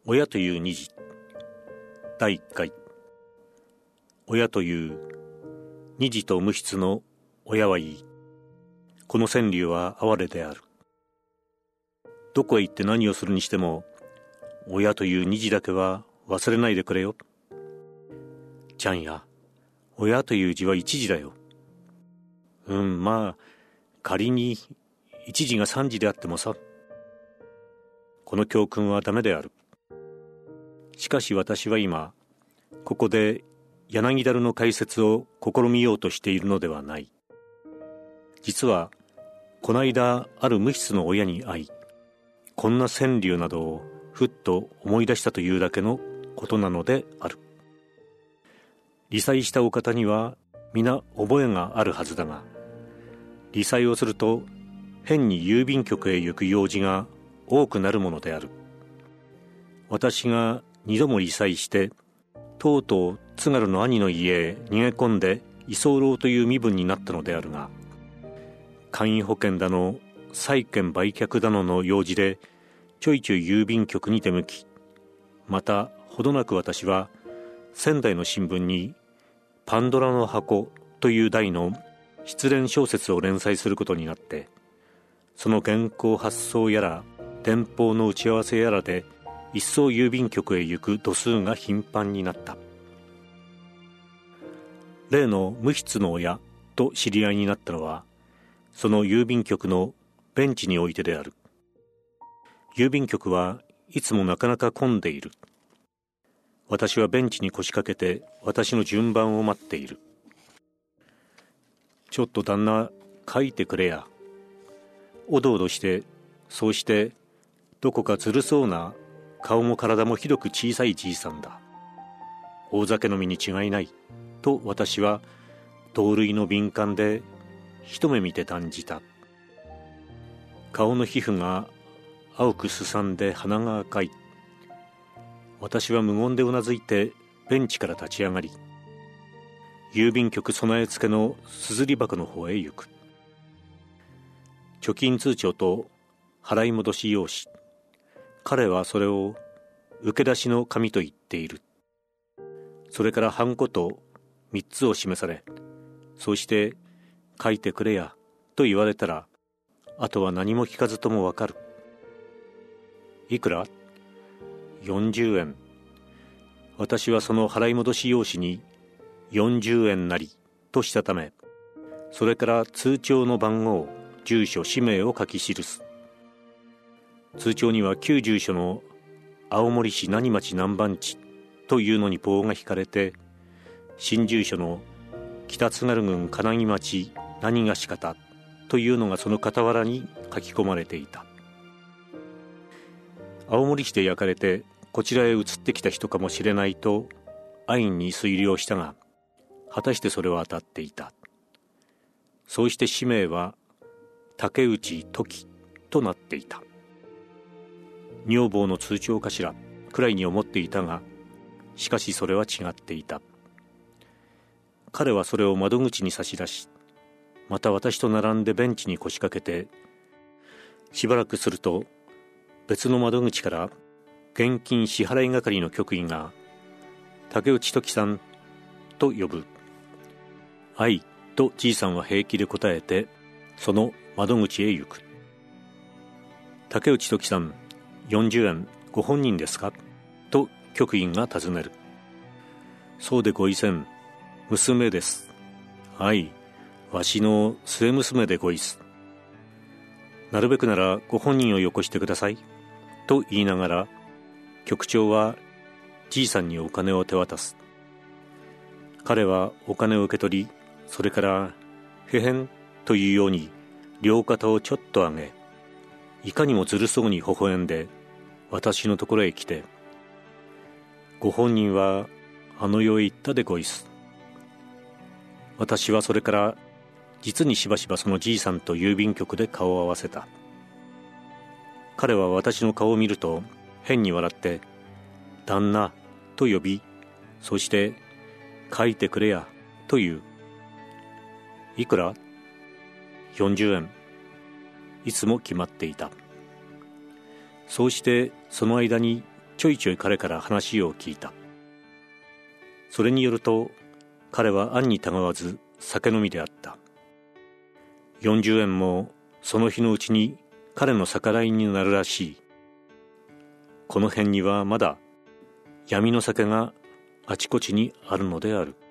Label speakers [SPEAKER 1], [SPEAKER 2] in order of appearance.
[SPEAKER 1] 親という虹第1回。親という虹と無筆の親はいい。この川柳は哀れである。どこへ行って何をするにしても親という虹だけは忘れないでくれよ。ちゃんや、親という字は一字だよ。まあ仮に一字が三字であってもさ。この教訓はダメである。しかし私は今ここで柳樽の解説を試みようとしているのではない。実はこの間ある無筆の親に会い、こんな川柳などをふっと思い出したというだけのことなのである。理災したお方には皆覚えがあるはずだが、理災をすると変に郵便局へ行く用事が多くなるものである。私が2度も理災してとうとう津軽の兄の家へ逃げ込んで居候という身分になったのであるが、簡易保険だの債権売却だのの用事でちょいちょい郵便局に出向き、またほどなく私は仙台の新聞にパンドラの箱という題の失恋小説を連載することになって、その原稿発送やら電報の打ち合わせやらで一層郵便局へ行く度数が頻繁になった。例の無筆の親と知り合いになったのはその郵便局のベンチにおいてである。郵便局はいつもなかなか混んでいる。私はベンチに腰掛けて私の順番を待っている。ちょっと旦那書いてくれや。おどおどして、そうしてどこかずるそうな顔も体もひどく小さいじいさんだ。大酒飲みに違いないと私は盗塁の敏感で一目見て断じた。顔の皮膚が青くすさんで鼻が赤い。私は無言でうなずいてベンチから立ち上がり、郵便局備え付けのすずり箱の方へ行く。貯金通帳と払い戻し用紙、彼はそれを受け出しの紙と言っている。それからハンコと3つを示され、そうして書いてくれやと言われたら、あとは何も聞かずともわかる。いくら？40円。私はその払い戻し用紙に40円なりとしたため、それから通帳の番号、住所、氏名を書き記す。通帳には旧住所の青森市何町何番地というのに棒が引かれて、新住所の北津軽郡金木町何がし方というのがその傍らに書き込まれていた。青森市で焼かれてこちらへ移ってきた人かもしれないと安易に推量したが、果たしてそれは当たっていた。そうして氏名は竹内時となっていた。女房の通帳かしらくらいに思っていたが、しかしそれは違っていた。彼はそれを窓口に差し出し、また私と並んでベンチに腰掛けて、しばらくすると別の窓口から現金支払い係の局員が竹内時さんと呼ぶ。はいとじいさんは平気で答えて、その窓口へ行く。竹内時さん、40円ご本人ですかと局員が尋ねる。そうでごいせん、娘です。はい、わしの末娘でごいす。なるべくならご本人をよこしてくださいと言いながら、局長はじいさんにお金を手渡す。彼はお金を受け取り、それからへへんというように両肩をちょっと上げ、いかにもずるそうに微笑んで私のところへ来て、ご本人はあの世へ行ったでごいす。私はそれから実にしばしばそのじいさんと郵便局で顔を合わせた。彼は私の顔を見ると変に笑って旦那と呼び、そして書いてくれやと言う。いくら？40円。いつも決まっていた。そうしてその間にちょいちょい彼から話を聞いた。それによると、彼は暗にたがわず酒飲みであった。40円もその日のうちに彼の逆らいになるらしい。この辺にはまだ闇の酒があちこちにあるのである。